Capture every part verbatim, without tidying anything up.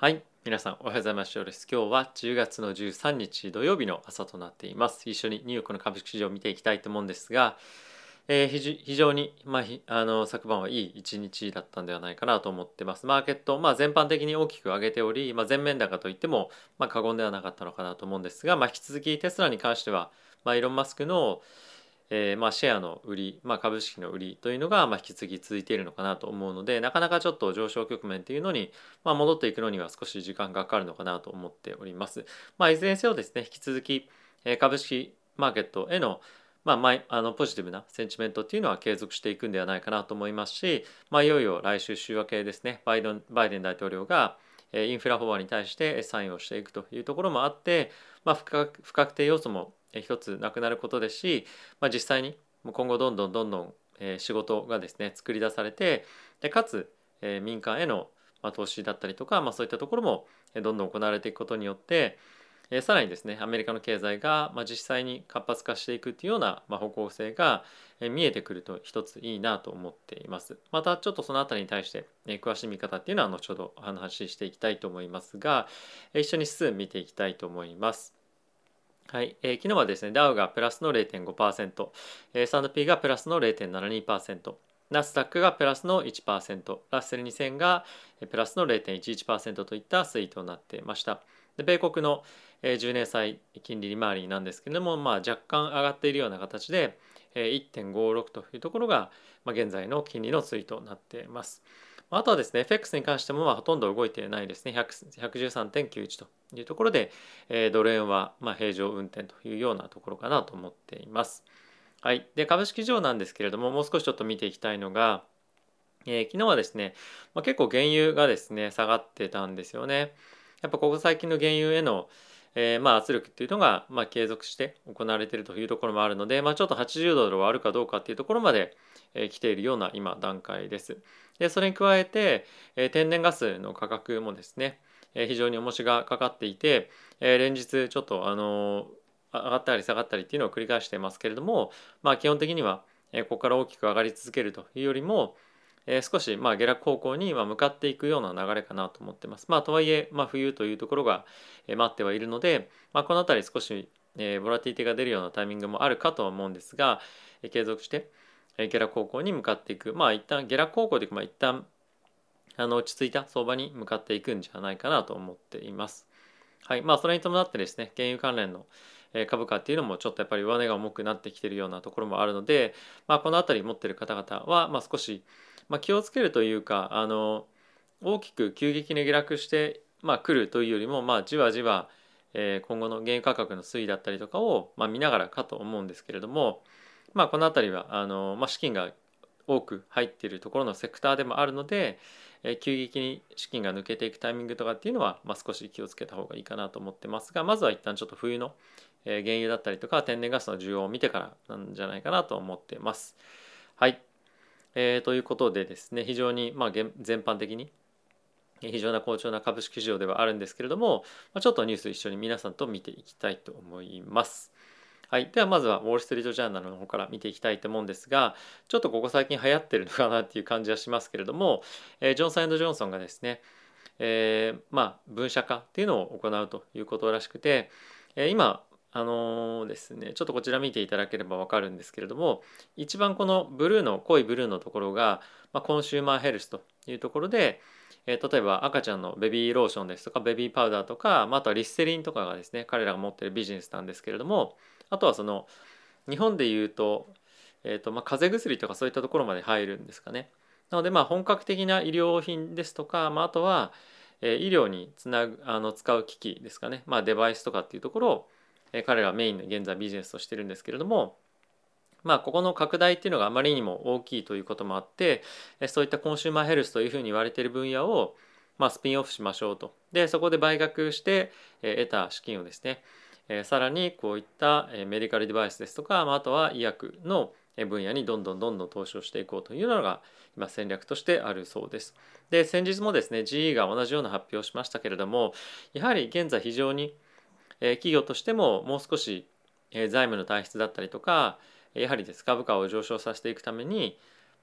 はい、皆さんおはようございます。しょうです。今日はじゅうがつのじゅうさんにち土曜日の朝となっています。一緒にニューヨークの株式市場を見ていきたいと思うんですが、えー非じ非常に、まあ、ひあの昨晩はいい一日だったんではないかなと思ってます。マーケット、まあ、全般的に大きく上げており、まあ、全面高といっても、まあ、過言ではなかったのかなと思うんですが、まあ、引き続きテスラに関しては、まあ、イーロン・マスクのえーまあ、シェアの売り、まあ、株式の売りというのがまあ引き続き続いているのかなと思うので、なかなかちょっと上昇局面というのに、まあ、戻っていくのには少し時間がかかるのかなと思っております。まあ、いずれにせよですね、引き続き、えー株式マーケットへのまあ、マイあのポジティブなセンチメントっていうのは継続していくんではないかなと思いますし、まあ、いよいよ来週週明けですね、バイデンバイデン大統領がインフラ法案に対してサインをしていくというところもあって、まあ、不確不確定要素も一つなくなることですし、まあ、実際に今後どんどんどんどん仕事がですね作り出されて、でかつ民間への投資だったりとか、まあ、そういったところもどんどん行われていくことによって、さらにですねアメリカの経済が実際に活発化していくというような方向性が見えてくると一ついいなと思っています。またちょっとそのあたりに対して詳しい見方っていうのは後ほどお話ししていきたいと思いますが、一緒に指数見ていきたいと思います。はい、えー、昨日はですね、ダウがプラスのれいてんごパーセント、エスアンドピー がプラスのれいてんななにパーセント、ナスダックがプラスのいちパーセント、ラッセルにせんがプラスのれいてんいちいちパーセントといった推移となっていました。で米国のじゅうねん債金利利回りなんですけれども、まあ、若干上がっているような形で いってんごろく というところが現在の金利の推移となっています。あとはですね、エフエックス に関してもまあほとんど動いていないですね。ひゃく ひゃくじゅうさんてんきゅういちというところで、えードル円はまあ平常運転というようなところかなと思っています。はい。で、株式市場なんですけれども、もう少しちょっと見ていきたいのが、えー昨日はですね、まあ、結構原油がですね、下がってたんですよね。やっぱここ最近の原油への、えーまあ圧力っていうのが、まあ、継続して行われているというところもあるので、まあ、ちょっとはちじゅうドルを割るかどうかっていうところまで、えー来ているような今段階です。で、それに加えて、えー天然ガスの価格もですね、えー非常に重しがかかっていて、えー連日ちょっとあのー上がったり下がったりっていうのを繰り返していますけれども、まあ基本的には、えーここから大きく上がり続けるというよりも、えー少しまあ下落方向に向かっていくような流れかなと思ってます。まあとはいえ、まあ、冬というところが待ってはいるので、まあ、この辺り少し、えーボラティティが出るようなタイミングもあるかとは思うんですが、えー継続して、えー下落方向に向かっていく、まあ一旦下落方向というか、まあ、一旦あの落ち着いた相場に向かっていくんじゃないかなと思っています。はい、まあそれに伴ってですね、原油関連の株価っていうのもちょっとやっぱり上値が重くなってきているようなところもあるので、まあ、この辺り持っている方々はまあ少し、まあ、気をつけるというか、あの大きく急激に下落して、まあ、来るというよりも、まあ、じわじわ、えー今後の原油価格の推移だったりとかを、まあ、見ながらかと思うんですけれども、まあ、この辺りはあの、まあ、資金が多く入っているところのセクターでもあるので、えー急激に資金が抜けていくタイミングとかっていうのは、まあ、少し気をつけた方がいいかなと思ってますが、まずは一旦ちょっと冬のえー原油だったりとか天然ガスの需要を見てからなんじゃないかなと思ってます。はい、えーということでですね、非常にまあ全般的に非常な好調な株式市場ではあるんですけれども、ちょっとニュース一緒に皆さんと見ていきたいと思います。はい、ではまずはウォール・ストリート・ジャーナルの方から見ていきたいと思うんですが、ちょっとここ最近流行ってるのかなっていう感じはしますけれども、えージョンソン・ジョンソンがですね、えーまあ分社化っていうのを行うということらしくて、えー今あのーですね、ちょっとこちら見ていただければ分かるんですけれども、一番このブルーの濃いブルーのところが、まあ、コンシューマーヘルスというところで、えー例えば赤ちゃんのベビーローションですとかベビーパウダーとか、まあ、あとはリステリンとかがですね彼らが持っているビジネスなんですけれども、あとはその日本でいうと、えーとまあ、風邪薬とかそういったところまで入るんですかね。なのでまあ本格的な医療品ですとか、まあ、あとはえ医療につなぐあの使う機器ですかね、まあ、デバイスとかっていうところを、え彼らはメインで現在ビジネスとしてるんですけれども、まあ、ここの拡大っていうのがあまりにも大きいということもあって、そういったコンシューマーヘルスというふうに言われている分野を、まあ、スピンオフしましょうと。で、そこで売却して得た資金をですね、さらにこういったメディカルデバイスですとか、あとは医薬の分野にどんどんどんどん投資をしていこうというのが今戦略としてあるそうです。で、先日もですね、ジーイー が同じような発表をしましたけれども、やはり現在非常に企業としてももう少し財務の体質だったりとか、やはりです株価を上昇させていくために、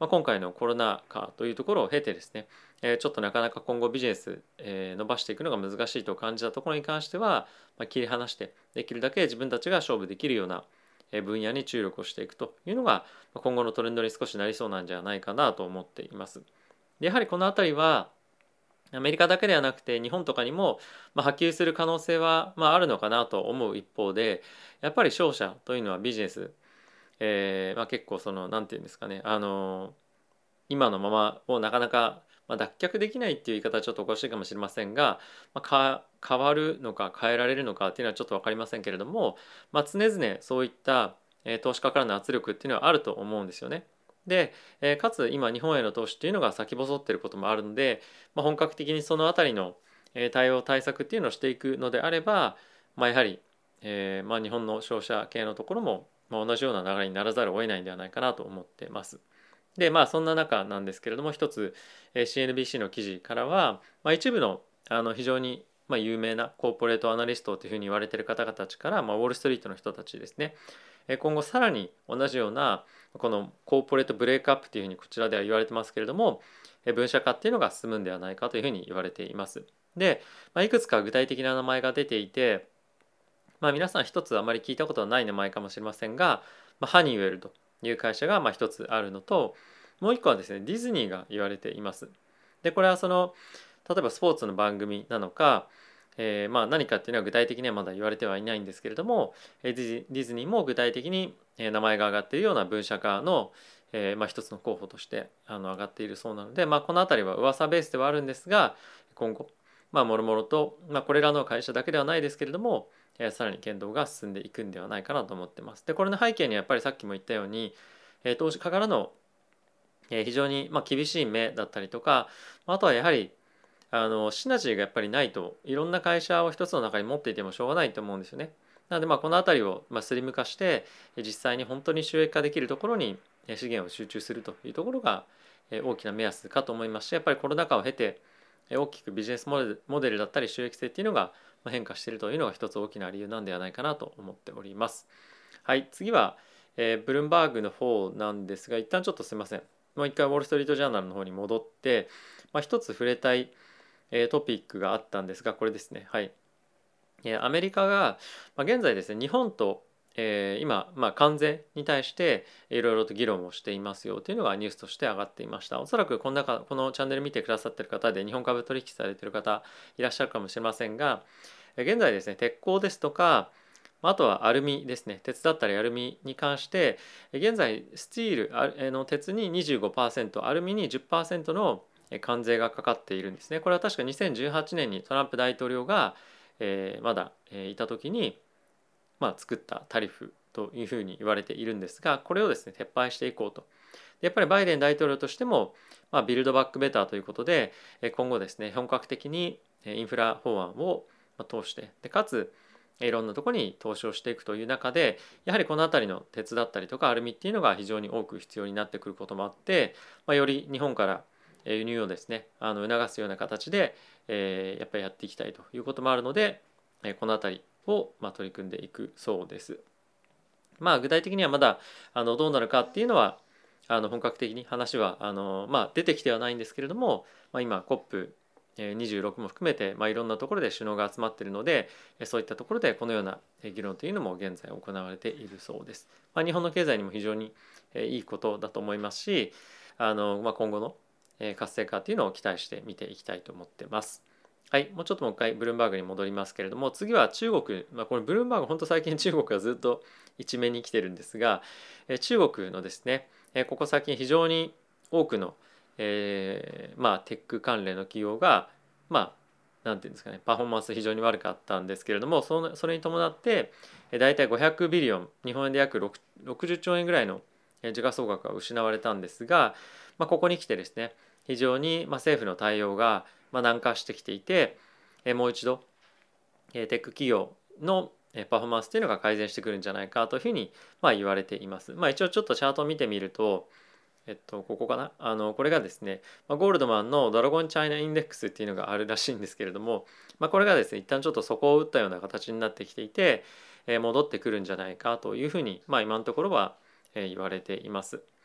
まあ、今回のコロナ禍というところを経てですね、えーちょっとなかなか今後ビジネス、えー伸ばしていくのが難しいと感じたところに関しては、まあ、切り離してできるだけ自分たちが勝負できるようなえー分野に注力をしていくというのがまあ今後のトレンドに少しなりそうなんじゃないかなと思っています。でやはりこのあたりはアメリカだけではなくて日本とかにもまあ波及する可能性はまああるのかなと思う一方で、やっぱり商社というのはビジネス、えーまあ、結構その何て言うんですかね、あの今のままをなかなかまあ脱却できないっていう言い方はちょっとおかしいかもしれませんが、まあ、か変わるのか変えられるのかっていうのはちょっと分かりませんけれども、まあ、常々そういったえー投資家からの圧力っていうのはあると思うんですよね。で、えーかつ今日本への投資っていうのが先細っていることもあるので、まあ、本格的にそのあたりのえー対応対策っていうのをしていくのであれば、まあ、やはり、えーまあ、日本の商社系のところも、まあ、同じような流れにならざるを得ないんではないかなと思ってます。でまあそんな中なんですけれども、一つ シーエヌビーシー の記事からは、まあ、一部のあの非常にまあ有名なコーポレートアナリストというふうに言われている方々たちから、まあ、ウォール・ストリートの人たちですね、今後さらに同じようなこのコーポレートブレイクアップというふうにこちらでは言われてますけれども、分社化っていうのが進むんではないかというふうに言われています。で、まあ、いくつか具体的な名前が出ていて、まあ、皆さん一つあまり聞いたことはない名前かもしれませんが、まあ、ハニーウェルという会社がまあ一つあるのと、もう一個はですねディズニーが言われています。でこれはその例えばスポーツの番組なのか、えーまあ何かっていうのは具体的にはまだ言われてはいないんですけれども、ディズディズニーも具体的に名前が挙がっているような分社化の、えーまあ、一つの候補としてあの上がっているそうなので、まあ、この辺りは噂ベースではあるんですが、今後まあもろもろと、まあ、これらの会社だけではないですけれども、えーさらに検討が進んでいくんではないかなと思ってます。でこれの背景にはやっぱりさっきも言ったように、えー投資家からのえ非常にまあ厳しい目だったりとか、あとはやはりあのシナジーがやっぱりないといろんな会社を一つの中に持っていてもしょうがないと思うんですよね。なのでまあこの辺りをまあスリム化して実際に本当に収益化できるところに資源を集中するというところが大きな目安かと思いますし、やっぱりコロナ禍を経て大きくビジネスモデルモデルだったり収益性っていうのが変化しているというのが一つ大きな理由なんではないかなと思っております。はい、次は、えーブルームバーグの方なんですが、一旦ちょっとすいません。もう一回ウォール・ストリート・ジャーナルの方に戻って、まあ、一つ触れたい、えートピックがあったんですが、これですね。はい。えーアメリカが、まあ、現在ですね、日本と、えー今、まあ、関税に対していろいろと議論をしていますよというのがニュースとして上がっていました。おそらくこの中、このチャンネル見てくださっている方で日本株取引されている方いらっしゃるかもしれませんが、現在ですね、鉄鋼ですとか、あとはアルミですね、鉄だったりアルミに関して、現在スチールあの鉄ににじゅうごパーセント、アルミにじゅっパーセントの関税がかかっているんですね。これは確かにせんじゅうはちねんにトランプ大統領が、えーまだいた時に、まあ、作ったタリフというふうに言われているんですが、これをですね撤廃していこうと。やっぱりバイデン大統領としても、まあ、ビルドバックベターということで、今後ですね本格的にインフラ法案を通して、でかついろんなところに投資をしていくという中で、やはりこの辺りの鉄だったりとかアルミっていうのが非常に多く必要になってくることもあって、まあ、より日本から輸入をですねあの促すような形で、えー、やっぱりやっていきたいということもあるので、この辺りをまあ取り組んでいくそうです。まあ具体的にはまだあのどうなるかっていうのはあの本格的に話はあの、まあ、出てきてはないんですけれども、まあ、今 コップにじゅうろく も含めて、まあ、いろんなところで首脳が集まっているので、そういったところでこのような議論というのも現在行われているそうです。まあ、日本の経済にも非常にいいことだと思いますし、あの、まあ、今後の活性化というのを期待して見ていきたいと思ってます。はい、もうちょっともう一回ブルームバーグに戻りますけれども、次は中国、まあ、これブルームバーグ本当最近中国がずっと一面に来てるんですが、中国のですねここ最近非常に多くの、えー、まあテック関連の企業がまあなんていうんですかねパフォーマンス非常に悪かったんですけれども、そのそれに伴ってだいたいごひゃくビリオン、日本円で約ろくじゅっちょうえんぐらいの時価総額が失われたんですが、まあ、ここに来てですね非常にまあ政府の対応がまあ軟化してきていて、もう一度テック企業のパフォーマンスというのが改善してくるんじゃないかというふうにまあ言われています。まあ、一応ちょっとチャートを見てみると、えっと、ここかなあのこれがですね、まあ、ゴールドマンのドラゴンチャイナインデックスっていうのがあるらしいんですけれども、まあ、これがですね一旦ちょっと底を打ったような形になってきていて、えー戻ってくるんじゃないかというふうに、まあ、今のところは、えー言われています。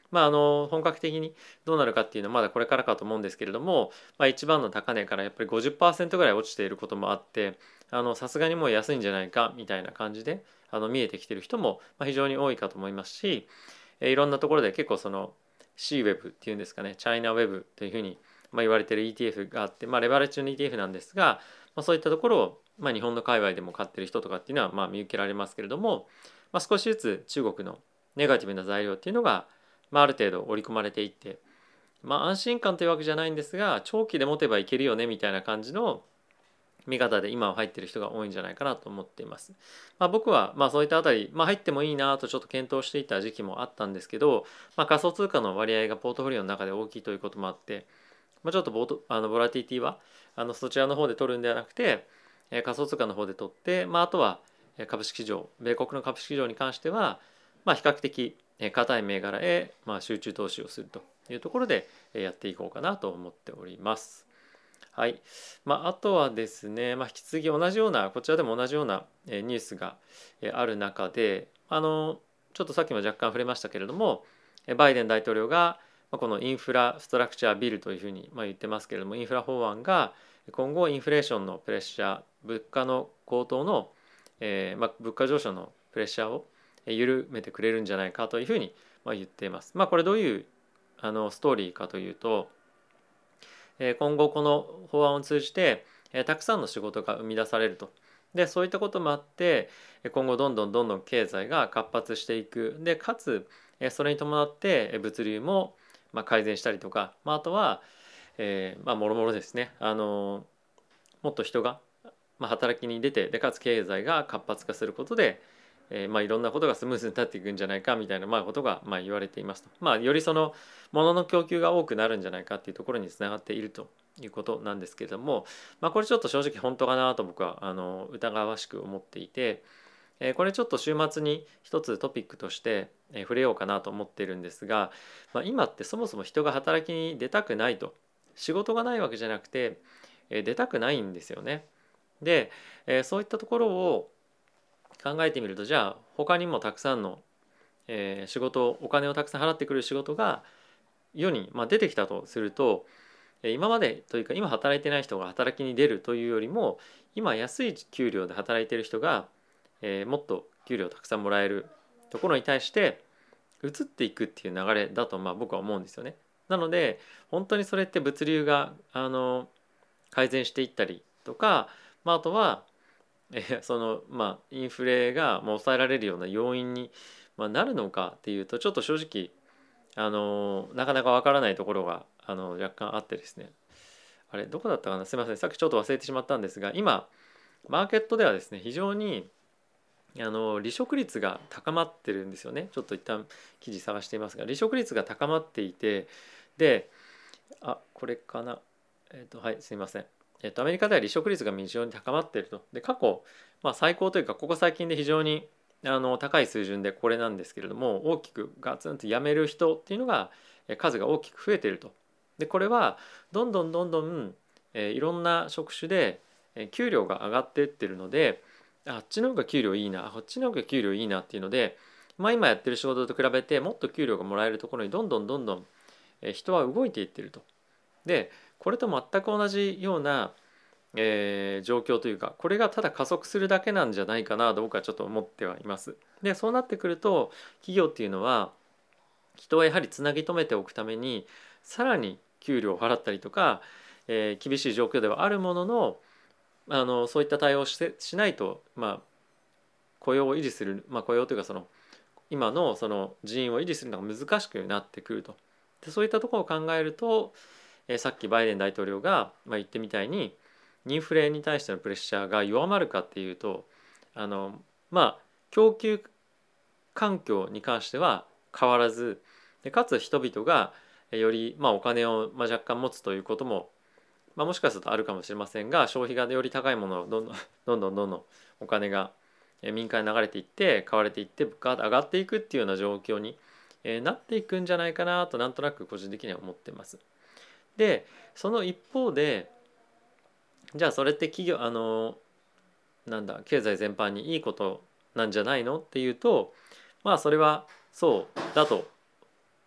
まあ、あの本格的にどうなるかっていうのはまだこれからかと思うんですけれども、まあ、一番の高値からやっぱりごじゅっパーセントぐらい落ちていることもあって、あのさすがにもう安いんじゃないかみたいな感じであの見えてきている人も非常に多いかと思いますし、いろんなところで結構その シーウェブ っていうんですかね、チャイナウェブというふうにまあ言われている イーティーエフ があって、まあ、レバレッジの イーティーエフ なんですが、まあ、そういったところを、まあ、日本の界隈でも買ってる人とかっていうのはまあ見受けられますけれども、まあ、少しずつ中国のネガティブな材料っていうのが、まあ、ある程度織り込まれていって、まあ、安心感というわけじゃないんですが、長期で持てばいけるよねみたいな感じの見方で今は入っている人が多いんじゃないかなと思っています。まあ、僕はまあそういったあたり、まあ、入ってもいいなとちょっと検討していた時期もあったんですけど、まあ、仮想通貨の割合がポートフォリオの中で大きいということもあって、まあ、ちょっとボートあのボラティティはあのそちらの方で取るんではなくて、えー仮想通貨の方で取って、まあ、あとは株式市場、米国の株式市場に関しては、まあ、比較的硬い銘柄へまあ集中投資をするというところでやっていこうかなと思っております。はい。まあ、あとはですね、まあ、引き続き同じような、こちらでも同じようなニュースがある中で、あの、ちょっとさっきも若干触れましたけれども、バイデン大統領がこのインフラストラクチャービルというふうに言ってますけれども、インフラ法案が今後インフレーションのプレッシャー、物価の高騰の、えーまあ、物価上昇のプレッシャーを緩めてくれるんじゃないかというふうに言っています。まあ、これどういうあのストーリーかというと、今後この法案を通じてたくさんの仕事が生み出されると。でそういったこともあって今後どんどんどんどん経済が活発していく。でかつそれに伴って物流も改善したりとか、まあ、あとは、えー、まあもろもろですね、あのもっと人が働きに出て、でかつ経済が活発化することで、えーまあ、いろんなことがスムーズになっていくんじゃないかみたいな、まあ、ことがまあ言われていますと。まあ、よりその物の供給が多くなるんじゃないかっていうところにつながっているということなんですけれども、まあ、これちょっと正直本当かなと僕はあの疑わしく思っていて、えーこれちょっと週末に一つトピックとしてえー触れようかなと思っているんですが、まあ、今ってそもそも人が働きに出たくないと。仕事がないわけじゃなくて、えー出たくないんですよね。で、えーそういったところを考えてみると、じゃあ他にもたくさんの、えー仕事、お金をたくさん払ってくる仕事が世に、まあ、出てきたとすると、えー今までというか今働いてない人が働きに出るというよりも、今安い給料で働いている人が、えーもっと給料たくさんもらえるところに対して移っていくっていう流れだとまあ僕は思うんですよね。なので本当にそれって物流があの改善していったりとか、まあ、あとはえそのまあインフレがもう抑えられるような要因に、まあ、なるのかっていうとちょっと正直あのなかなかわからないところがあの若干あってですね、あれどこだったかな、すみません、さっきちょっと忘れてしまったんですが、今マーケットではですね非常にあの離職率が高まってるんですよね。ちょっと一旦記事探していますが、離職率が高まっていて、であこれかな、えっとはいすみません、えっとアメリカでは離職率が非常に高まっていると。で過去、まあ、最高というかここ最近で非常にあの高い水準でこれなんですけれども、大きくガツンと辞める人っていうのが数が大きく増えていると。でこれはどんどんどんどん、えーいろんな職種で給料が上がっていってるので、あっちの方が給料いいな、こっちの方が給料いいなっていうので、まあ、今やってる仕事と比べてもっと給料がもらえるところにどんどんどんどん人は動いていってると。でこれと全く同じような、えー状況というか、これがただ加速するだけなんじゃないかなと僕はちょっと思ってはいます。でそうなってくると企業っていうのは人をやはりつなぎ止めておくためにさらに給料を払ったりとか、えー厳しい状況ではあるものの、あのそういった対応をしてしないと、まあ、雇用を維持する、まあ、雇用というかその今のその人員を維持するのが難しくなってくると。でそういったところを考えると、えーさっきバイデン大統領がまあ言ってみたいにインフレに対してのプレッシャーが弱まるかっていうと、あのまあ供給環境に関しては変わらず、でかつ人々がよりまあお金をまあ若干持つということも、まあ、もしかするとあるかもしれませんが、消費がより高いものをどんどんどんどんどんどんお金が民間に流れていって買われていって物価が上がっていくっていうような状況になっていくんじゃないかなとなんとなく個人的には思ってます。でその一方で、じゃあそれって企業あのなんだ経済全般にいいことなんじゃないのっていうと、まあそれはそうだと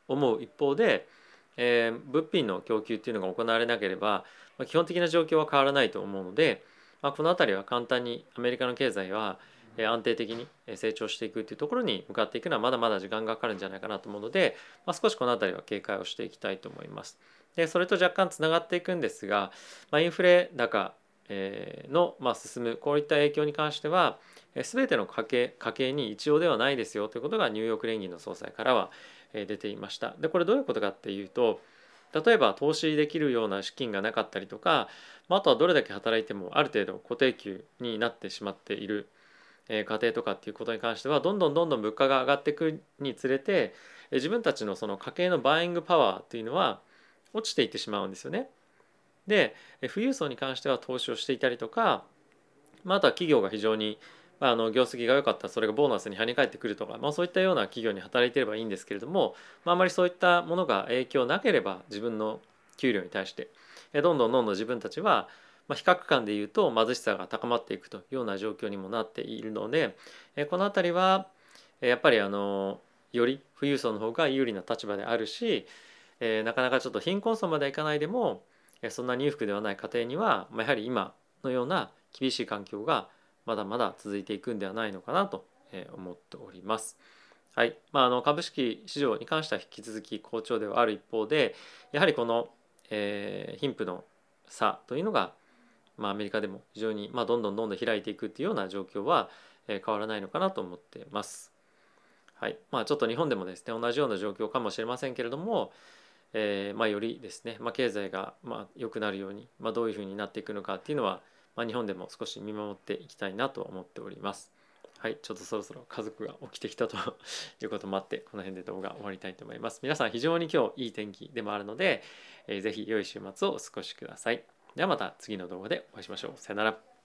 思う一方で、えー物品の供給っていうのが行われなければ、まあ、基本的な状況は変わらないと思うので、まあ、この辺りは簡単にアメリカの経済はえー安定的に成長していくっていうところに向かっていくのはまだまだ時間がかかるんじゃないかなと思うので、まあ、少しこの辺りは警戒をしていきたいと思います。でそれと若干つながっていくんですが、まあ、インフレ高えーの、まあ、進むこういった影響に関してはえー全ての家計、家計に一様ではないですよということがニューヨーク連銀の総裁からはえー出ていました。でこれどういうことかっていうと、例えば投資できるような資金がなかったりとか、まああとはどれだけ働いてもある程度固定給になってしまっているえー家庭とかっていうことに関してはどんどんどんどん物価が上がっていくにつれてえー自分たちのその家計のバイングパワーっていうのは落ちていってしまうんですよね。でえー富裕層に関しては投資をしていたりとか、まあ、あとは企業が非常にまああの業績が良かったらそれがボーナスに跳ね返ってくるとか、まあ、そういったような企業に働いていればいいんですけれども、まあ、あまりそういったものが影響なければ自分の給料に対してえどんどんどんどん自分たちはまあ比較感でいうと貧しさが高まっていくというような状況にもなっているので、えこの辺りはえやっぱりあのより富裕層の方が有利な立場であるし、えなかなかちょっと貧困層まではいかないでもえそんなに裕福ではない家庭には、まあ、やはり今のような厳しい環境がまだまだ続いていくんではないのかなと思っております。はい、まあ、あの株式市場に関しては引き続き好調ではある一方で、やはりこの、えー貧富の差というのが、まあ、アメリカでも非常に、まあ、どんどんどんどん開いていくっていうような状況は、えー変わらないのかなと思ってます。はい、まあちょっと日本でもですね同じような状況かもしれませんけれども、えーまあ、よりですね、まあ、経済がまあ良くなるように、まあ、どういうふうになっていくのかっていうのは、まあ、日本でも少し見守っていきたいなと思っております。はい、ちょっとそろそろ家族が起きてきたということもあって、この辺で動画終わりたいと思います。皆さん非常に今日いい天気でもあるので、えーぜひ良い週末をお過ごしください。ではまた次の動画でお会いしましょう。さよなら。